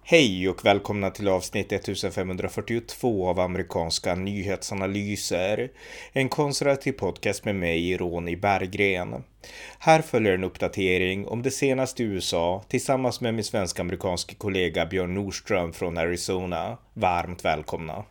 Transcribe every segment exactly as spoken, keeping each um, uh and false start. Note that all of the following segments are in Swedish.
Hej och välkomna till avsnitt femtonhundrafyrtiotvå av amerikanska nyhetsanalyser. En konservativ podcast med mig, Ronny Berggren. Här följer en uppdatering om det senaste i U S A tillsammans med min svensk-amerikanske kollega Björn Nordström från Arizona. Varmt välkomna.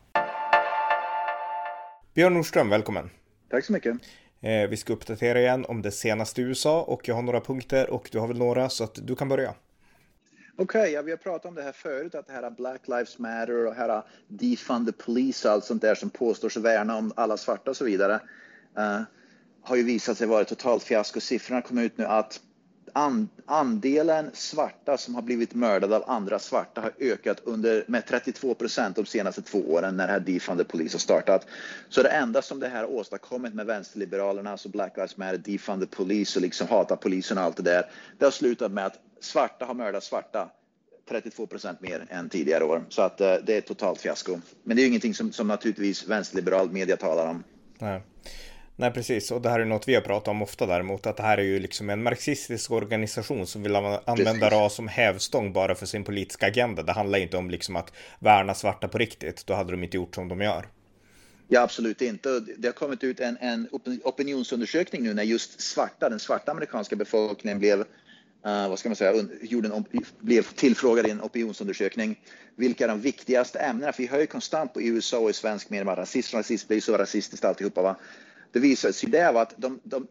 Björn Nordström, välkommen. Tack så mycket. Eh, vi ska uppdatera igen om det senaste i U S A och jag har några punkter och du har väl några så att du kan börja. Okej, okay, ja, vi har pratat om det här förut, att det här Black Lives Matter och här defund the police och allt sånt där som påstår sig värna om alla svarta och så vidare uh, har ju visat sig vara ett totalt fiasko. Siffrorna kom ut nu att an- andelen svarta som har blivit mördade av andra svarta har ökat under, med trettiotvå procent de senaste två åren när det här defund the police har startat. Så det enda som det här har åstadkommit med vänsterliberalerna, alltså Black Lives Matter, defund the police och liksom hata polisen och allt det där, det har slutat med att svarta har mördat svarta trettiotvå procent mer än tidigare år. Så att uh, det är ett totalt fiasko. Men det är ju ingenting som, som naturligtvis vänsterliberal media talar om. Nej. Nej, precis. Och det här är något vi har pratat om ofta däremot. Att det här är ju liksom en marxistisk organisation som vill använda precis. ras som hävstång bara för sin politiska agenda. Det handlar inte om liksom att värna svarta på riktigt. Då hade de inte gjort som de gör. Ja, absolut inte. Det har kommit ut en, en opinionsundersökning nu när just svarta, den svarta amerikanska befolkningen blev Uh, vad ska man säga, gjorde en, blev tillfrågad i en opinionsundersökning. Vilka är de viktigaste ämnena? För vi hör ju konstant på i U S A och i svensk media att rasism, rasism blir så rasistiskt alltihopa. Va? Det visar sig det var att de, de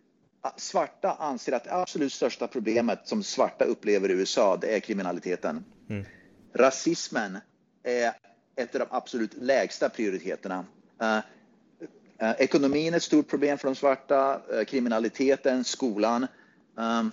svarta anser att det absolut största problemet som svarta upplever i U S A, det är kriminaliteten. Mm. Rasismen är ett av de absolut lägsta prioriteterna. Uh, uh, ekonomin är ett stort problem för de svarta, uh, kriminaliteten, skolan. Um,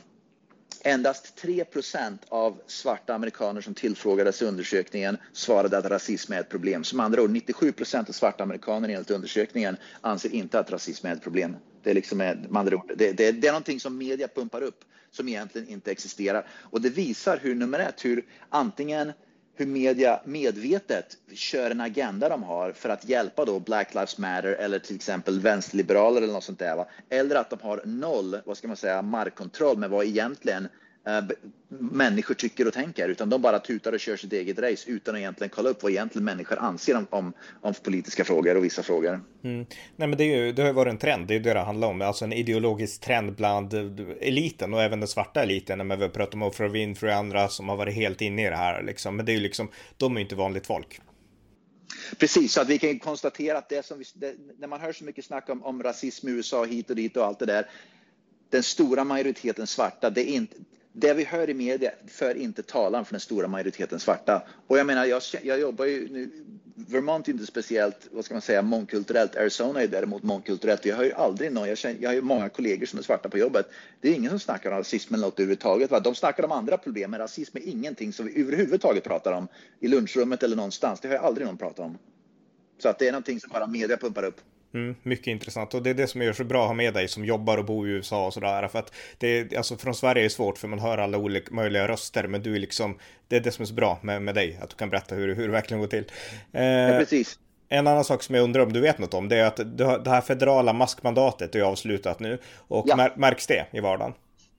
Endast tre procent av svarta amerikaner som tillfrågades i undersökningen svarade att rasism är ett problem. Som andra ord, nittiosju procent av svarta amerikaner enligt undersökningen anser inte att rasism är ett problem. Det är, liksom, med andra ord, det, det, det är någonting som media pumpar upp som egentligen inte existerar. Och det visar hur nummer ett, hur antingen hur media medvetet kör en agenda de har för att hjälpa då Black Lives Matter eller till exempel vänsterliberaler eller något sånt där. Va? Eller att de har noll, vad ska man säga, markkontroll med vad egentligen äh, människor tycker och tänker. Utan de bara tutar och kör sitt eget race utan att egentligen kolla upp vad egentligen människor anser om, om, om politiska frågor och vissa frågor. Mm. Nej, men det, är ju, det har ju varit en trend, det är det det handlar om. Alltså en ideologisk trend bland eliten och även den svarta eliten. Men vi har pratat om Oprah Winfrey och andra som har varit helt inne i det här. Liksom. Men det är ju liksom, de är ju inte vanligt folk. Precis, så att vi kan konstatera att det som vi, det, när man hör så mycket snack om, om rasism i U S A hit och dit och allt det där. Den stora majoriteten svarta, det är inte... Det vi hör i media för inte talan för den stora majoriteten svarta. Och jag menar, jag, jag jobbar ju nu, Vermont är inte speciellt, vad ska man säga, mångkulturellt. Arizona är däremot mångkulturellt. Jag har ju aldrig någon, jag, känner, jag har ju många kollegor som är svarta på jobbet. Det är ingen som snackar om rasism eller något överhuvudtaget. Va? De snackar om andra problem, men rasism är ingenting som vi överhuvudtaget pratar om i lunchrummet eller någonstans. Det har jag aldrig någon pratat om. Så att det är någonting som bara media pumpar upp. Mm, mycket intressant och det är det som gör så bra att ha med dig som jobbar och bor i U S A och sådär, för att det är, alltså från Sverige är det svårt för man hör alla olika möjliga röster, men du är liksom, det är det som är så bra med, med dig, att du kan berätta hur, hur det verkligen går till. Eh, ja, precis. En annan sak som jag undrar om du vet något om, det är att det här federala maskmandatet är avslutat nu och ja. mär, märks det i vardagen?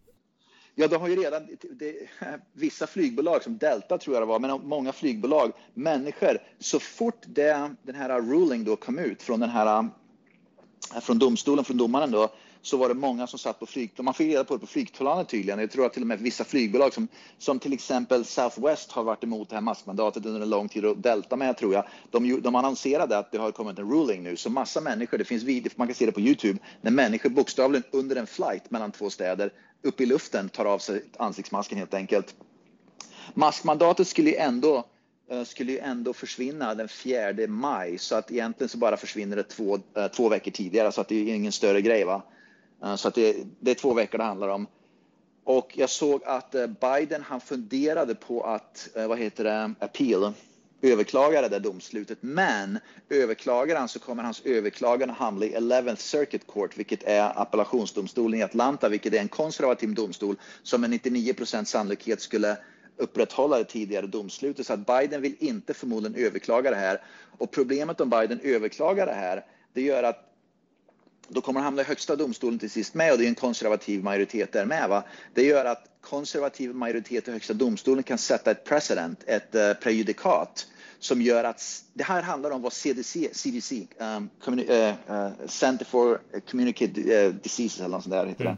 Ja, de har ju redan det, vissa flygbolag som Delta tror jag det var, men många flygbolag, människor, så fort det, den här ruling då kom ut från den här från domstolen, från domaren då, så var det många som satt på flygplan. Man fick reda på det på flygplanet tydligen. Jag tror att till och med vissa flygbolag som, som till exempel Southwest har varit emot det här maskmandatet under en lång tid och Delta med, tror jag. De, de annonserade att det har kommit en ruling nu. Så massa människor, det finns video, man kan se det på YouTube, när människor bokstavligen under en flight mellan två städer upp i luften tar av sig ansiktsmasken helt enkelt. Maskmandatet skulle ju ändå skulle ju ändå försvinna den fjärde maj, så att egentligen så bara försvinner det två, två veckor tidigare, så att det är ingen större grej, va? Så att det, det är två veckor det handlar om. Och jag såg att Biden, han funderade på att, vad heter det, appeal, överklaga det där domslutet, men överklagar han så kommer hans överklagan att hamna i eleventh Circuit Court, vilket är appellationsdomstolen i Atlanta, vilket är en konservativ domstol som med nittionio procent sannolikhet skulle upprätthålla det tidigare domslutet. Så att Biden vill inte förmodligen överklaga det här. Och problemet om Biden överklagar det här, det gör att då kommer han hamna i högsta domstolen till sist med, och det är en konservativ majoritet där med. Va? Det gör att konservativ majoritet i högsta domstolen kan sätta ett precedent, ett uh, prejudikat, som gör att det här handlar om vad C D C, C D C um, uh, uh, Center for Communicable uh, Diseases eller något sånt där heter det. Mm.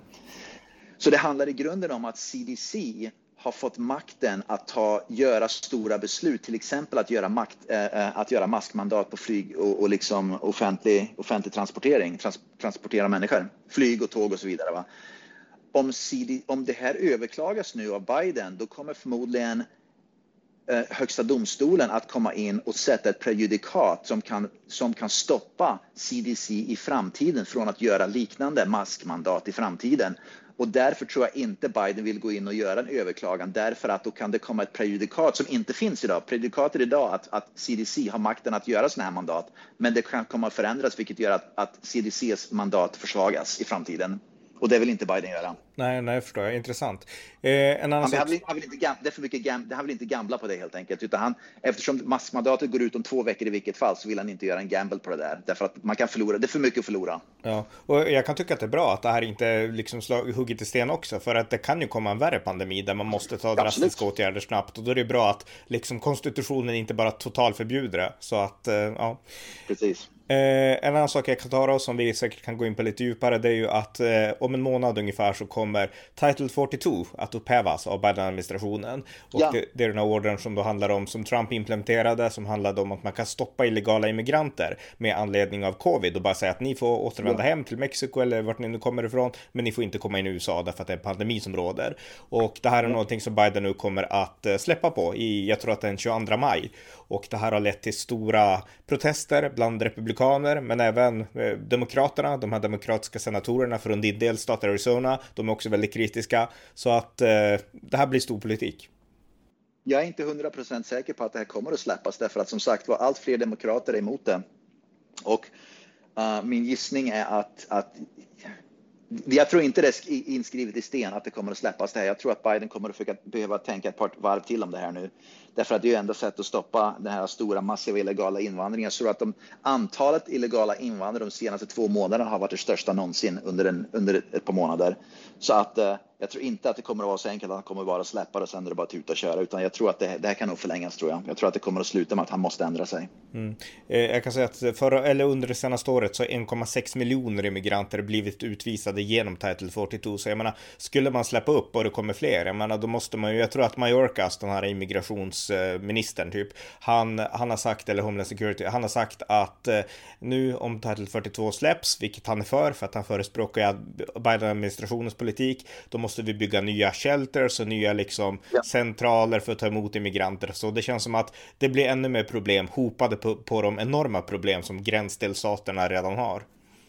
Så det handlar i grunden om att C D C har fått makten att ta, göra stora beslut, till exempel att göra, makt, äh, att göra maskmandat på flyg och, och liksom offentlig, offentlig transportering, trans, transportera människor, flyg och tåg och så vidare. Va? Om, C D, om det här överklagas nu av Biden, då kommer förmodligen äh, högsta domstolen att komma in och sätta ett prejudikat som kan, som kan stoppa C D C i framtiden från att göra liknande maskmandat i framtiden. Och därför tror jag inte Biden vill gå in och göra en överklagan, därför att då kan det komma ett prejudikat som inte finns idag. Prejudikatet idag att, att C D C har makten att göra sådana här mandat, men det kan komma att förändras, vilket gör att, att C D C:s mandat försvagas i framtiden. Och det vill inte Biden göra. Nej, nej, förstår jag. Intressant. Eh, en annan han, sak... han, vill, han, vill inte, det är för mycket gam, han vill inte gambla på det helt enkelt. Utan han, eftersom maskmandatet går ut om två veckor i vilket fall, så vill han inte göra en gamble på det där. Därför att man kan förlora. Det är för mycket att förlora. Ja, och jag kan tycka att det är bra att det här inte liksom slag, hugget i sten också. För att det kan ju komma en värre pandemi där man måste ta drastiska Absolut. åtgärder snabbt. Och då är det bra att liksom konstitutionen inte bara totalförbjuder det. Så att, eh, ja. Precis. Eh, en annan sak jag kan ta då, som vi säkert kan gå in på lite djupare, det är ju att eh, om en månad ungefär så kommer Title fyrtiotvå att upphävas av Biden-administrationen. Och ja. det, det är den här ordern som då handlar om, som Trump implementerade, som handlade om att man kan stoppa illegala immigranter med anledning av covid och bara säga att ni får återvända ja. hem till Mexiko eller vart ni nu kommer ifrån, men ni får inte komma in i U S A därför att det är en pandemi som råder. Och det här är ja. någonting som Biden nu kommer att eh, släppa på i, jag tror att den tjugoandra maj. Och det här har lett till stora protester bland republikaner, men även eh, demokraterna, de här demokratiska senatorerna från din delstat Arizona, de är också väldigt kritiska. Så att eh, det här blir stor politik. Jag är inte hundra procent säker på att det här kommer att släppas, därför att som sagt var allt fler demokrater är emot det. Och uh, min gissning är att, att jag tror inte det är inskrivet i sten att det kommer att släppas det här. Jag tror att Biden kommer att försöka, behöva tänka ett par varv till om det här nu. Därför att det är ju ändå sätt att stoppa den här stora massiva illegala invandringen. Jag tror att de, antalet illegala invandrare de senaste två månaderna har varit det största någonsin under, en, under ett, ett par månader. Så att eh, jag tror inte att det kommer att vara så enkelt att han kommer bara släppa det och sen är det bara tuta och köra. Utan jag tror att det, det här kan nog förlängas, tror jag. Jag tror att det kommer att sluta med att han måste ändra sig. Mm. Eh, jag kan säga att förra, eller under det senaste året så har en komma sex miljoner immigranter blivit utvisade genom Title fyrtiotvå. Så jag menar, skulle man släppa upp och det kommer fler, jag menar, då måste man ju, jag tror att Mayorkas, den här immigrationsministern typ, han, han har sagt, eller Homeland Security, han har sagt att eh, nu om Title fyrtiotvå släpps, vilket han är för, för att han förespråkar Biden-administrationens politik, då måste vi bygga nya shelters och nya liksom ja. centraler för att ta emot immigranter. Så det känns som att det blir ännu mer problem hopade på, på de enorma problem som gränsdelstaterna redan har.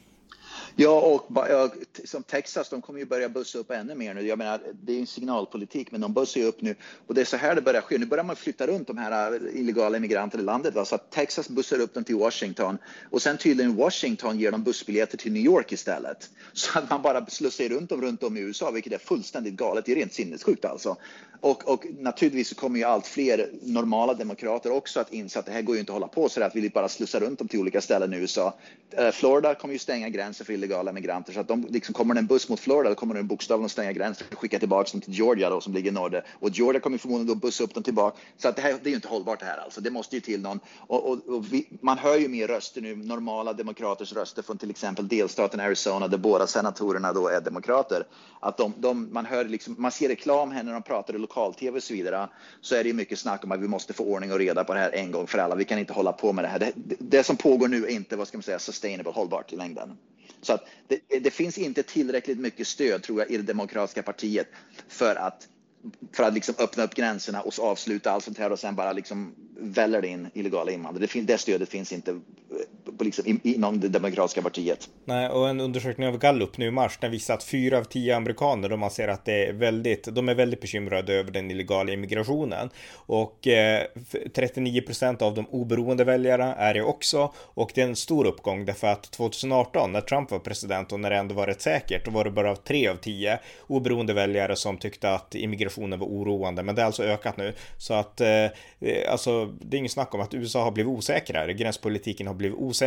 Ja, och som Texas, de kommer ju börja bussa upp ännu mer nu. Jag menar, det är ju en signalpolitik, men de bussar ju upp nu. Och det är så här det börjar ske. Nu börjar man flytta runt de här illegala immigranter i landet. Va? Så att Texas bussar upp dem till Washington. Och sen tydligen Washington ger dem bussbiljetter till New York istället. Så att man bara slussar runt dem runt om i U S A, vilket är fullständigt galet. Det är rent sinnessjukt alltså. Och, och naturligtvis så kommer ju allt fler normala demokrater också att inse att det här går ju inte att hålla på så att vi vill bara slussa runt dem till olika ställen i U S A. Uh, Florida kommer ju stänga gränser för illegala migranter, så att de liksom, kommer det en buss mot Florida, då kommer det en bokstavligen att stänga gränser och skicka tillbaka dem till Georgia då, som ligger i norr. Och Georgia kommer förmodligen då bussa upp dem tillbaka. Så att det här, det är ju inte hållbart det här alltså. Det måste ju till någon. Och, och, och vi, man hör ju mer röster nu, normala demokraters röster från till exempel delstaten Arizona, där båda senatorerna då är demokrater. Att de, de, man hör liksom, man ser reklam här när de pratar i lokal-tv och så vidare, så är det ju mycket snack om att vi måste få ordning och reda på det här en gång för alla. Vi kan inte hålla på med det här. Det, det, det som pågår nu är inte, vad ska man säga, sustainable, hållbart i längden. Så att det, det finns inte tillräckligt mycket stöd, tror jag, i det demokratiska partiet för att, för att liksom öppna upp gränserna och avsluta allt sånt här och sen bara liksom väller in illegala invandrare. Det, fin- det stödet finns inte på liksom, inom det demokratiska partiet. Nej, och en undersökning av Gallup nu i mars, den visar att fyra av tio amerikaner, de ser att det är väldigt, de är väldigt bekymrade över den illegala immigrationen. Och eh, trettionio procent av de oberoende väljarna är det också. Och det är en stor uppgång därför att tjugoarton, när Trump var president och när det ändå var rätt säkert, då var det bara tre av tio oberoende väljare som tyckte att immigrationen var oroande. Men det har alltså ökat nu. Så att eh, alltså, det är ingen snack om att U S A har blivit osäkrare. Gränspolitiken har blivit osäkrare.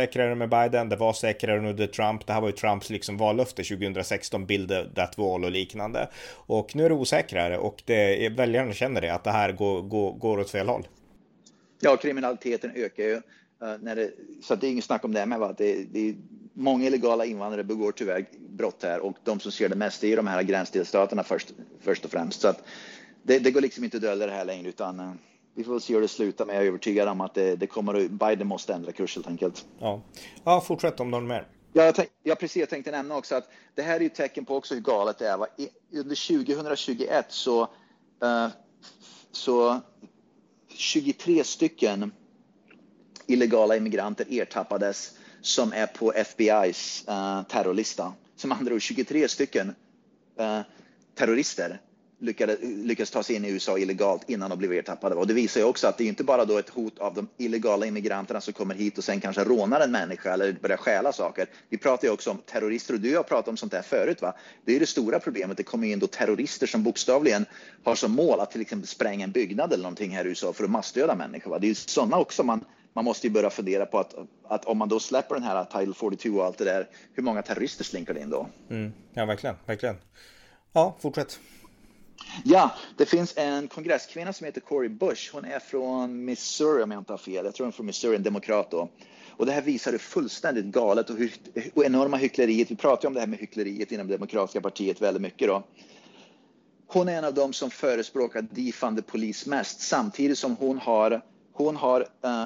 säkrare med Biden, det var säkrare under Trump. Det här var ju Trumps liksom vallöfte tjugohundrasexton, build that wall och liknande. Och nu är det osäkrare, och det är, väljarna känner det, att det här går, går, går åt fel håll. Ja, kriminaliteten ökar ju. Uh, när det, så att det är inget snack om det, med va? Det, det är många illegala invandrare begår tyvärr brott här, och de som ser det mest är ju de här gränsdelstaterna först, först och främst. Så att det, det går liksom inte att dölja det här längre, utan uh, vi får se hur det slutar, men jag är övertygad om att det, det kommer att, Biden måste ändra kurs helt enkelt. Ja, ja, fortsätt om någon mer. Ja, jag, tänk, jag precis jag tänkte nämna också att det här är ju ett tecken på också hur galet det är. Va? I, under tjugohundratjugoett så, uh, så tjugotre stycken illegala immigranter ertappades som är på F B I:s uh, terrorlista. Som andra ord, tjugotre stycken uh, terrorister lyckades, lyckades ta sig in i U S A illegalt innan de blev ertappade. Och det visar ju också att det är inte bara då ett hot av de illegala immigranterna som kommer hit och sen kanske rånar en människa eller börjar stjäla saker. Vi pratar ju också om terrorister, och du har pratat om sånt här förut, va? Det är det stora problemet. Det kommer in då terrorister som bokstavligen har som mål att till exempel spränga en byggnad eller någonting här i U S A för att massdöda människor, va? Det är ju sådana också man Man måste ju börja fundera på att, att om man då släpper den här Title fyrtiotvå och allt det där, hur många terrorister slinker det in då? Mm, ja, verkligen, verkligen. Ja, fortsätt. Ja, det finns en kongresskvinna som heter Cori Bush. Hon är från Missouri om jag inte har fel. Jag tror hon är från Missouri, en demokrat då. Och det här visar hur fullständigt galet och, hur, och enorma hyckleriet. Vi pratar ju om det här med hyckleriet inom det demokratiska partiet väldigt mycket då. Hon är en av dem som förespråkar defund the police mest, samtidigt som hon har, hon har uh,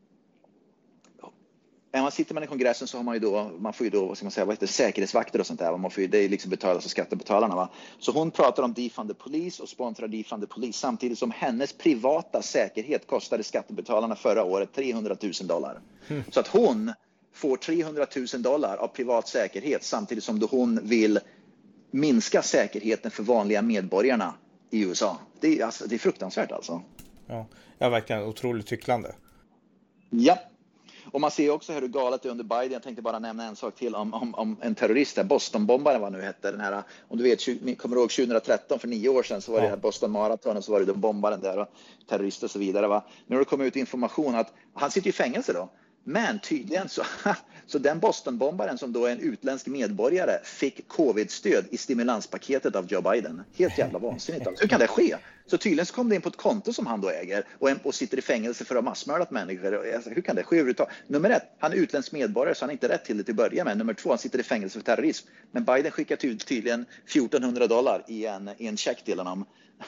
när man sitter med i kongressen så har man ju då, man får ju då, vad ska man säga, vad heter det, säkerhetsvakter och sånt där. Man får ju, det är liksom betalas av skattebetalarna, va. Så hon pratar om defund the police och sponsrar defund the police, samtidigt som hennes privata säkerhet kostade skattebetalarna förra året trehundratusen dollar. Mm. Så att hon får trehundratusen dollar av privat säkerhet, samtidigt som då hon vill minska säkerheten för vanliga medborgarna i U S A. Det är, alltså, det är fruktansvärt alltså. Ja, ja, verkligen otroligt tycklande. Ja. Och man ser också hur galet det är under Biden. Jag tänkte bara nämna en sak till om, om, om en terrorist där, Boston-bombaren vad nu hette. Den här, om du vet, ni kommer ihåg tjugohundratretton, för nio år sedan så var det ja. här Boston Marathon, och så var det den bombaren där och terrorister och så vidare. Va? Nu har det kommit ut information att han sitter i fängelse då. Men tydligen så, så den Boston-bombaren som då är en utländsk medborgare fick covid-stöd i stimulanspaketet av Joe Biden. Helt jävla vansinnigt. Hur kan det ske? Så tydligen så kom det in på ett konto som han då äger och, en, och sitter i fängelse för att ha massmördat människor. Alltså, hur kan det ske överhuvudtaget? Nummer ett, han är utländsk medborgare så han har inte rätt till det till att börja med. Nummer två, han sitter i fängelse för terrorism. Men Biden skickar tydligen fjortonhundra dollar i en, i en check till honom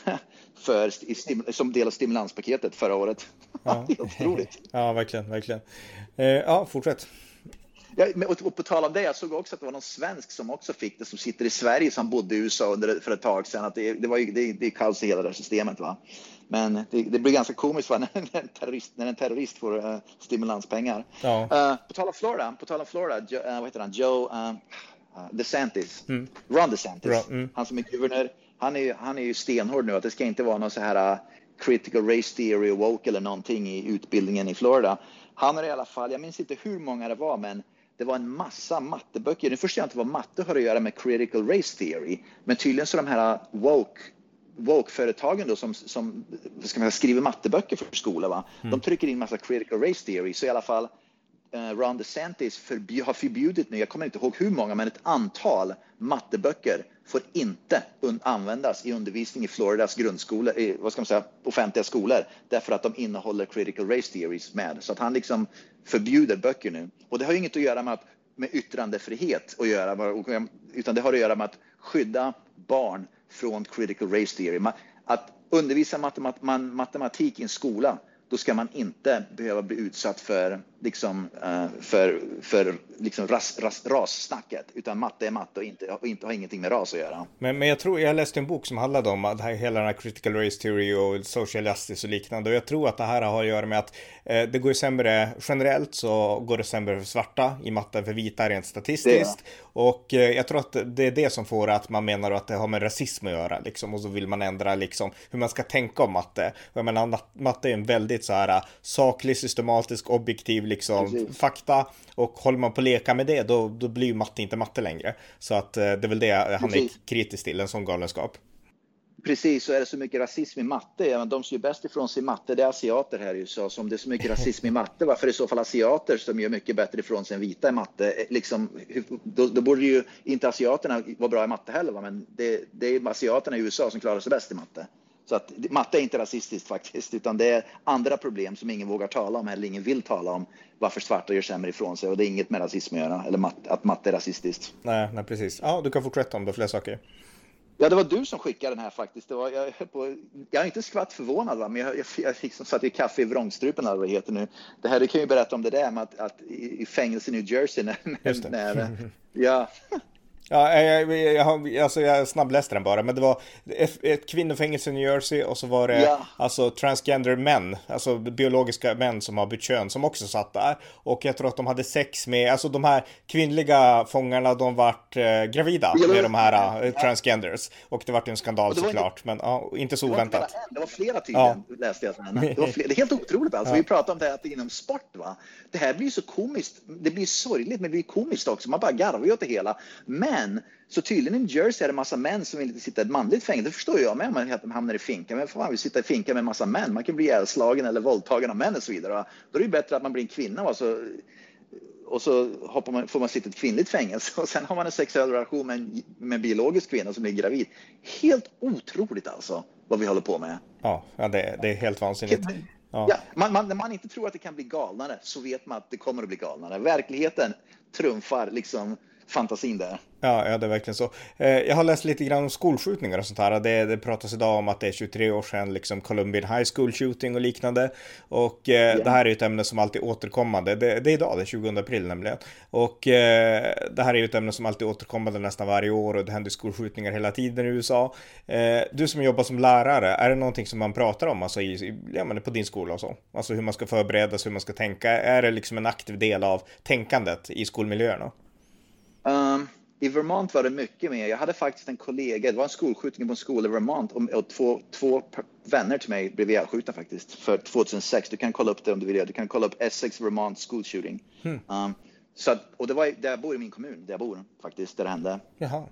för, i, som del av stimulanspaketet förra året. Ja. Det är otroligt. Ja, verkligen, verkligen. Eh, ja, fortsätt. Ja, och, och på tal om det, jag såg också att det var någon svensk som också fick det, som sitter i Sverige, som bodde i U S A under, för ett tag sedan. Att det, det, var ju, det, det är kaos i hela det här systemet, va? Men det, det blir ganska komiskt, va? När, en terrorist, när en terrorist får uh, stimulanspengar. Ja. Uh, på tal om Florida, på tal om Florida jo, uh, vad heter han? Joe uh, DeSantis. Mm. Ron DeSantis. Ron, mm. Han som är guvernör. Han är, han är ju stenhård nu att det ska inte vara någon så här uh, critical race theory och woke eller någonting i utbildningen i Florida. Han har i alla fall, jag minns inte hur många det var, men det var en massa matteböcker. Nu förstår jag inte vad matte har att göra med critical race theory. Men tydligen så de här woke, woke-företagen då som, som ska man säga, skriver matteböcker för skola, va? Mm. De trycker in massa critical race theory. Så i alla fall uh, Ron DeSantis förbi- har förbjudit nu, jag kommer inte ihåg hur många, men ett antal matteböcker får inte un- användas i undervisning i Floridas grundskolor, i, vad ska man säga, offentliga skolor, därför att de innehåller critical race theories med. Så att han liksom förbjuder böcker nu. Och det har ju inget att göra med, att, med yttrandefrihet att göra, utan det har att göra med att skydda barn från critical race theory. Att undervisa matemat- man, matematik i en skola, då ska man inte behöva bli utsatt för liksom uh, för för liksom ras, ras, rassnacket, utan matte är matte och inte och inte har ingenting med ras att göra. Men men jag tror jag läste en bok som handlade om att här, hela den här critical race theory och social justice och liknande, och jag tror att det här har att göra med att eh, det går ju sämre generellt, så går det sämre för svarta i matte för vita rent statistiskt. Det, ja. Och eh, jag tror att det är det som får att man menar att det har med rasism att göra liksom, och så vill man ändra liksom hur man ska tänka om matte. Och jag menar, matte är en väldigt så här saklig, systematisk, objektiv liksom Precis. fakta, och håller man på att leka med det, då, då blir ju matte inte matte längre. Så att eh, det är väl det han Precis. är kritisk till, en sån galenskap. Precis, så är det så mycket rasism i matte. Ja, de som är bäst ifrån sig i matte, det är asiater här i U S A. Så om det är så mycket rasism i matte, varför är det i så fall asiater som gör mycket bättre ifrån sig än vita i matte? Liksom, då, då borde ju inte asiaterna vara bra i matte heller, va? Men det, det är asiaterna i U S A som klarar sig bäst i matte. Så att matte är inte rasistiskt faktiskt, utan det är andra problem som ingen vågar tala om eller ingen vill tala om, varför svarta gör sämre ifrån sig. Och det är inget med rasism att göra, eller mat, att matte är rasistiskt. Nej, nej, precis. Ja, du kan fortsätta om det fler saker. Ja, det var du som skickade den här faktiskt. Det var, jag, på, jag är inte skvatt förvånad, va? Men jag, jag, jag fick som satt i kaffe i vrångstrupen eller vad det heter nu. Det här, det kan ju berätta om det där med att, att i, i fängelse i New Jersey när, Just det. när ja. Ja, jag, jag, jag, alltså jag snabbläste den bara, men det var ett, ett kvinnofängelse i New Jersey och så var det Ja. alltså transgender män, alltså biologiska män som har bytt kön som också satt där. Och jag tror att de hade sex med, alltså de här kvinnliga fångarna, de vart eh, gravida Ja, med de här eh, ja. transgenders. Och det vart en skandal såklart, inte, men ja, inte så oväntat. Det var, det var flera tydligen, ja. Läste jag sen. Det, var flera, det är helt otroligt alltså. Ja. Vi pratar om det här att det är inom sport, va? Det här blir så komiskt, det blir sorgligt, men det blir komiskt också. Man bara garvar ju åt det hela. Men så tydligen i New Jersey är det en massa män som vill inte sitta i ett manligt fängelse. Det förstår jag med om man hamnar i finka. Men fan vill sitta i finka med en massa män. Man kan bli ihjälslagen eller våldtagen av män och så vidare. Då är det bättre att man blir en kvinna. Och så, och så hoppar man, får man sitta i ett kvinnligt fängelse. Och sen har man en sexuell relation med en, med en biologisk kvinna som blir gravid. Helt otroligt alltså vad vi håller på med. Ja, det, det är helt vansinnigt. Ja. Ja, man, man, när man inte tror att det kan bli galnare så vet man att det kommer att bli galnare. Verkligheten trumfar liksom fantasin där. Ja, ja, det är verkligen så. Eh, jag har läst lite grann om skolskjutningar och sånt här. Det, det pratas idag om att det är tjugotre år sedan liksom Columbian High School shooting och liknande. Och eh, yeah. det här är ju ett ämne som alltid återkommande. Det, det är idag, det är tjugonde april nämligen. Och eh, det här är ju ett ämne som alltid återkommande nästan varje år och det händer skolskjutningar hela tiden i U S A. Eh, du som jobbar som lärare, är det någonting som man pratar om alltså i, i, ja, men på din skola och så? Alltså hur man ska förbereda sig, hur man ska tänka. Är det liksom en aktiv del av tänkandet i skolmiljöerna? Um... I Vermont var det mycket mer. Jag hade faktiskt en kollega, det var en skolskjutning på en skola i Vermont och, och två, två vänner till mig blev ihjälskjutna faktiskt för tjugohundrasex. Du kan kolla upp det om du vill. Du kan kolla upp Essex Vermont school shooting. Hmm. Um, så att, och det var där jag bor i min kommun, där jag bor faktiskt, där det hände. Jaha.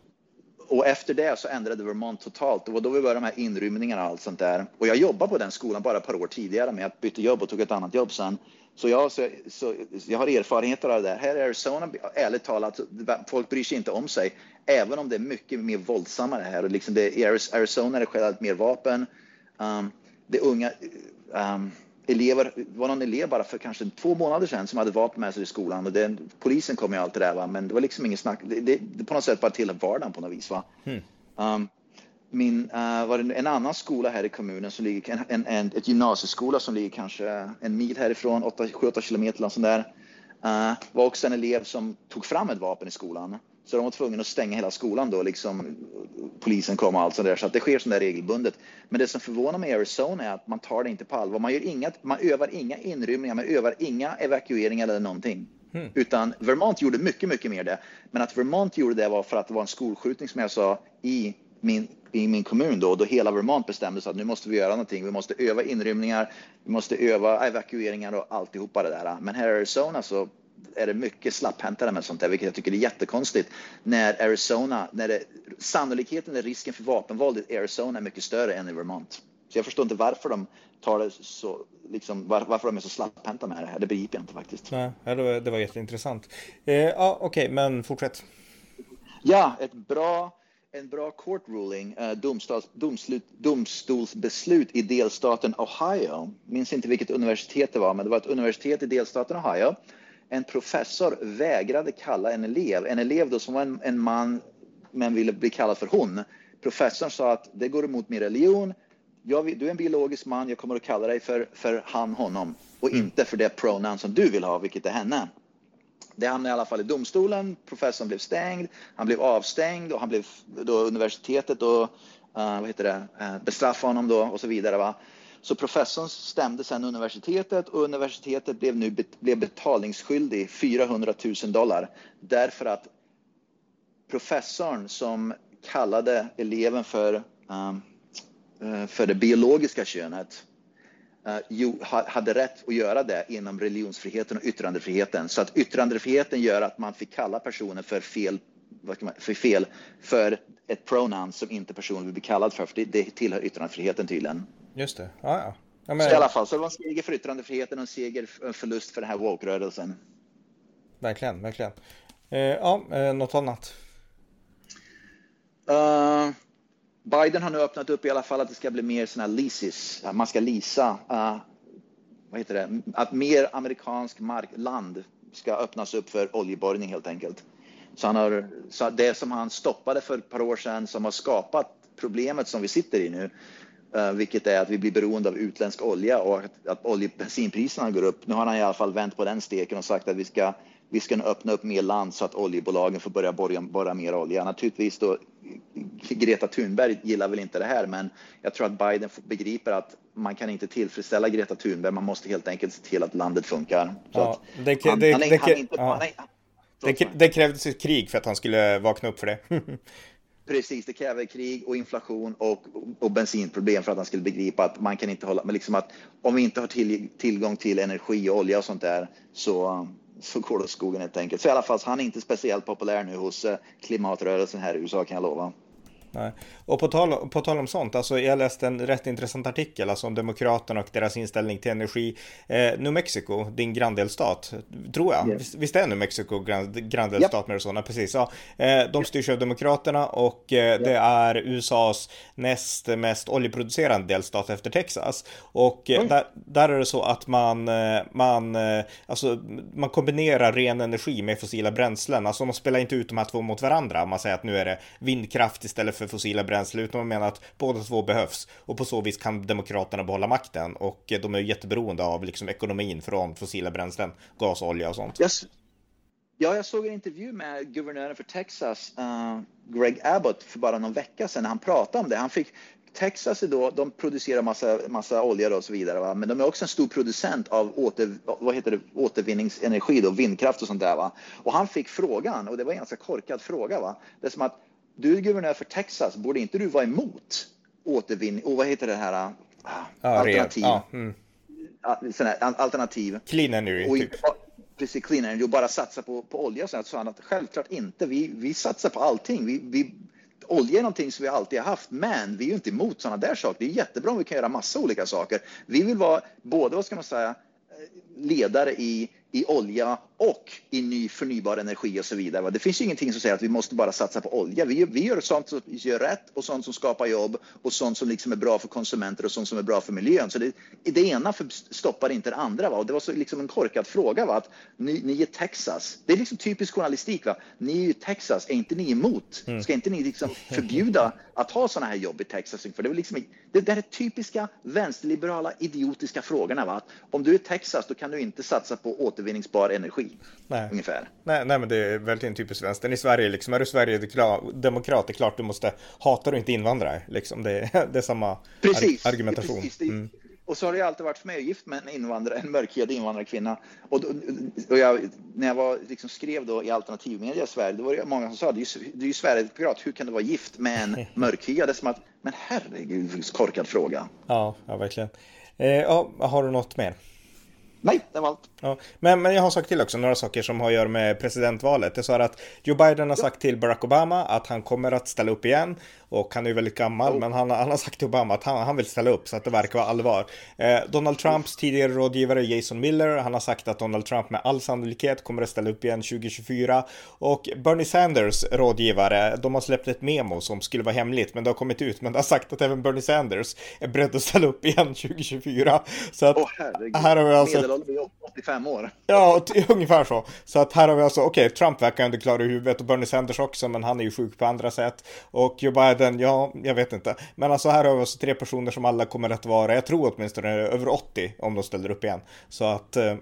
Och efter det så ändrade Vermont totalt. Det var då vi började de här inrymningarna och allt sånt där. Och jag jobbade på den skolan bara ett par år tidigare med att byta jobb och tog ett annat jobb sen. Så jag, så, så jag har erfarenheter av det där. Här i Arizona, ärligt talat, folk bryr sig inte om sig. Även om det är mycket mer våldsammare här. Och liksom det, i Arizona är det självklart mer vapen. Um, det är unga um, elever, det var någon elev bara för kanske två månader sedan som hade vapen med sig i skolan. Och det, polisen kom ju alltid där, va? Men det var liksom ingen snack. Det, det, det på något sätt bara till vardagen på något vis, va? Mm. Um, Min, uh, var det en annan skola här i kommunen som ligger, en, en, en, ett gymnasieskola som ligger kanske en mil härifrån, sju åtta kilometer och sånt där. Uh, var också en elev som tog fram ett vapen i skolan. Så de var tvungna att stänga hela skolan då, liksom polisen kom och allt sånt där. Så att det sker sånt där regelbundet. Men det som förvånar mig i Arizona är att man tar det inte på allvar. Man, gör inga, man övar inga inrymningar, man övar inga evakueringar eller någonting. Mm. Utan Vermont gjorde mycket, mycket mer det. Men att Vermont gjorde det var för att det var en skolskjutning som jag sa i min i min kommun då, då hela Vermont bestämde sig att nu måste vi göra någonting. Vi måste öva inrymningar, vi måste öva evakueringar och alltihopa det där. Men här i Arizona så är det mycket slapphäntare med sånt där, vilket jag tycker är jättekonstigt. När Arizona, när det, sannolikheten eller risken för vapenvåld i Arizona är mycket större än i Vermont. Så jag förstår inte varför de tar det så, liksom, var, varför de är så slapphänta med det här. Det begriper jag inte faktiskt. Nej, det var, det var jätteintressant. Eh, ja, okej, okay, men fortsätt. Ja, ett bra... En bra court ruling, uh, domstols, domslut, domstolsbeslut i delstaten Ohio. Minns inte vilket universitet det var, men det var ett universitet i delstaten Ohio. En professor vägrade kalla en elev, en elev då som var en, en man men ville bli kallad för hon. Professorn sa att det går emot min religion. Jag, du är en biologisk man, jag kommer att kalla dig för, för han, honom. Och mm. inte för det pronoun som du vill ha, vilket är henne. Det hamnade i alla fall i domstolen, professorn blev stängd, han blev avstängd och han blev då universitetet och uh, vad heter det, uh, bestraffa honom då och så vidare, va. Så professorn stämde sedan universitetet och universitetet blev nu bet- blev betalningsskyldig fyrahundratusen dollar därför att professorn som kallade eleven för, um, uh, för det biologiska könet Uh, ju, ha, hade rätt att göra det inom religionsfriheten och yttrandefriheten. Så att yttrandefriheten gör att man fick kalla personer för fel vad ska man, för fel för ett pronoun som inte personen vill bli kallad för, för det, det tillhör yttrandefriheten tydligen. Just det, ja, ja. Ja, men... Så i alla fall, så det var en seger för yttrandefriheten och en seger, en förlust för den här woke-rörelsen. Verkligen, verkligen. Eh, ja, eh, något annat? Uh, Biden har nu öppnat upp i alla fall att det ska bli mer såna här leases. Man ska leasa, uh, vad heter det? Att mer amerikansk mark, land ska öppnas upp för oljeborrning helt enkelt. Så, han har, så det som han stoppade för ett par år sedan som har skapat problemet som vi sitter i nu, uh, vilket är att vi blir beroende av utländsk olja och att, att olje- bensinpriserna går upp. Nu har han i alla fall vänt på den steken och sagt att vi ska Vi ska öppna upp mer land så att oljebolagen får börja borra, borra mer olja. Naturligtvis då, Greta Thunberg gillar väl inte det här, men jag tror att Biden begriper att man kan inte tillfredsställa Greta Thunberg. Man måste helt enkelt se till att landet funkar. Så ja, att det, han, det, han, är, det, han är inte... ja. Han är, det, det krävdes ett krig för att han skulle vakna upp för det. Precis, det kräver krig och inflation och, och bensinproblem för att han skulle begripa att man kan inte hålla... Men liksom att om vi inte har till, tillgång till energi och olja och sånt där så... så går det åt skogen helt enkelt. Så i alla fall, han är inte speciellt populär nu hos klimatrörelsen här i U S A, kan jag lova. Nej. Och på tal, på tal om sånt, alltså jag läste en rätt intressant artikel alltså om demokraterna och deras inställning till energi. Eh, New Mexico, din granddelstat, tror jag. Yeah. Visst, visst är New Mexico grand, granddelstat yep. med sådana, precis. Ja. Eh, de styrs av demokraterna och eh, yeah. det är U S A:s näst mest oljeproducerande delstat efter Texas. Och eh, mm. där, där är det så att man, man, alltså, man kombinerar ren energi med fossila bränslen. Alltså man spelar inte ut de här två mot varandra. Man säger att nu är det vindkraft istället för för fossila bränslen, utan man menar att båda två behövs och på så vis kan demokraterna behålla makten och de är jätteberoende av liksom ekonomin från fossila bränslen, gas, olja och sånt. Yes. Ja, jag såg en intervju med guvernören för Texas, uh, Greg Abbott, för bara någon vecka sedan när han pratade om det. Han fick Texas är då, de producerar massa, massa olja och så vidare, va? Men de är också en stor producent av åter, vad heter det, återvinningsenergi, då, vindkraft och sånt där. Va? Och han fick frågan, och det var en ganska korkad fråga. Va? Det är som att du är guvernör för Texas, borde inte du vara emot återvinning, och vad heter det här, ah, ja, alternativ. Ja, mm. Sån alternativ. Clean energy, och, typ. Precis, clean energy och bara satsa på, på olja. Så sa han att självklart inte, vi, vi satsar på allting. Vi, vi, olja är någonting som vi alltid har haft, men vi är ju inte emot sådana där saker. Det är jättebra om vi kan göra massa olika saker. Vi vill vara både, vad ska man säga, ledare i, i olja och i ny förnybar energi och så vidare. Det finns ju ingenting som säger att vi måste bara satsa på olja. Vi, vi gör sånt som gör rätt och sånt som skapar jobb och sånt som liksom är bra för konsumenter och sånt som är bra för miljön. Så det, det ena stoppar inte det andra. Va? Och det var så liksom en korkad fråga. Va? Att ni, ni är Texas. Det är liksom typisk journalistik. Va? Ni är ju Texas. Är inte ni emot? Mm. Ska inte ni liksom förbjuda att ha såna här jobb i Texas? För det är liksom, det där är typiska vänsterliberala idiotiska frågorna. Va? Att om du är Texas, då kan du inte satsa på återvinningsbar energi. Nej. Ungefär. Nej, nej, men det är väldigt typiskt vänstern. I Sverige, liksom, är du Sverigedemokrat, det är klart du måste hata du inte invandrare. Liksom. Det, det är samma precis, ar- argumentation. Precis, det, mm. Och så har det alltid varit för mig, gift med en invandrare, en mörkhyad invandrarkvinna. Och, och jag, när jag var, liksom, skrev då i alternativmedia i Sverige, då var det många som sa, du är ju Sverigedemokrat, hur kan du vara gift med en mörkhyad? Det är som att, men herregud, korkad fråga. Ja, ja verkligen. Eh, ja, har du något mer? Nej, det var allt. Ja, men, men jag har sagt till också några saker som har att göra med presidentvalet. Det är så att Joe Biden har sagt till Barack Obama att han kommer att ställa upp igen. Och han är ju väldigt gammal, oh. men han, han har sagt till Obama att han, han vill ställa upp, så att det verkar vara allvar. Eh, Donald Trumps tidigare rådgivare Jason Miller, han har sagt att Donald Trump med all sannolikhet kommer att ställa upp igen tjugo tjugofyra. Och Bernie Sanders rådgivare, de har släppt ett memo som skulle vara hemligt, men det har kommit ut. Men det har sagt att även Bernie Sanders är beredd att ställa upp igen tjugo tjugofyra. Så att oh, herregud. Här har vi alltså... Medelåldern är åttiofem år. Ja, t- ungefär så. Så att här har vi alltså, okej, okay, Trump verkar inte klar i huvudet och Bernie Sanders också, men han är ju sjuk på andra sätt. Och Joe Biden, ja, jag vet inte. Men alltså här har vi alltså tre personer som alla kommer att vara, jag tror åtminstone över åttio om de ställer upp igen. Så att, ja.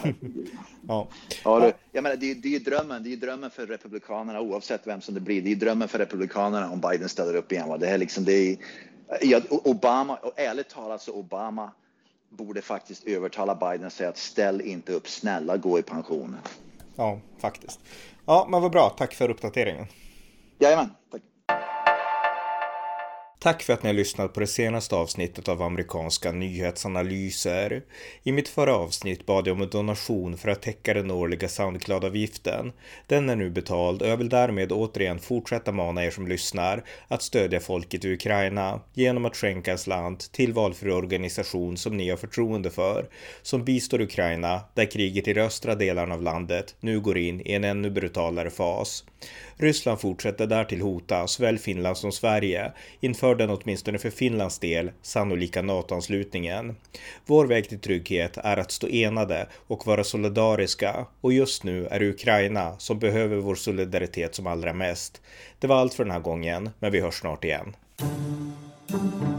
ja. Ja, det, jag menar, det, det är ju drömmen, det är ju drömmen för republikanerna oavsett vem som det blir. Det är ju drömmen för republikanerna om Biden ställer upp igen. Va? Det är liksom, det är, ja, Obama, och ärligt talat så Obama borde faktiskt övertala Biden och säga att ställ inte upp, snälla gå i pension. Ja, faktiskt. Ja, men vad bra. Tack för uppdateringen. Jajamän, tack. Tack för att ni har lyssnat på det senaste avsnittet av amerikanska nyhetsanalyser. I mitt förra avsnitt bad jag om en donation för att täcka den årliga Soundcloud-avgiften. Den är nu betald och jag vill därmed återigen fortsätta mana er som lyssnar att stödja folket i Ukraina genom att skänka en slant till valfri organisation som ni har förtroende för, som bistår Ukraina där kriget i de östra delarna av landet nu går in i en ännu brutalare fas. Ryssland fortsätter därtill hota såväl Finland som Sverige inför den åtminstone för Finlands del sannolika NATO-anslutningen. Vår väg till trygghet är att stå enade och vara solidariska, och just nu är det Ukraina som behöver vår solidaritet som allra mest. Det var allt för den här gången, men vi hörs snart igen.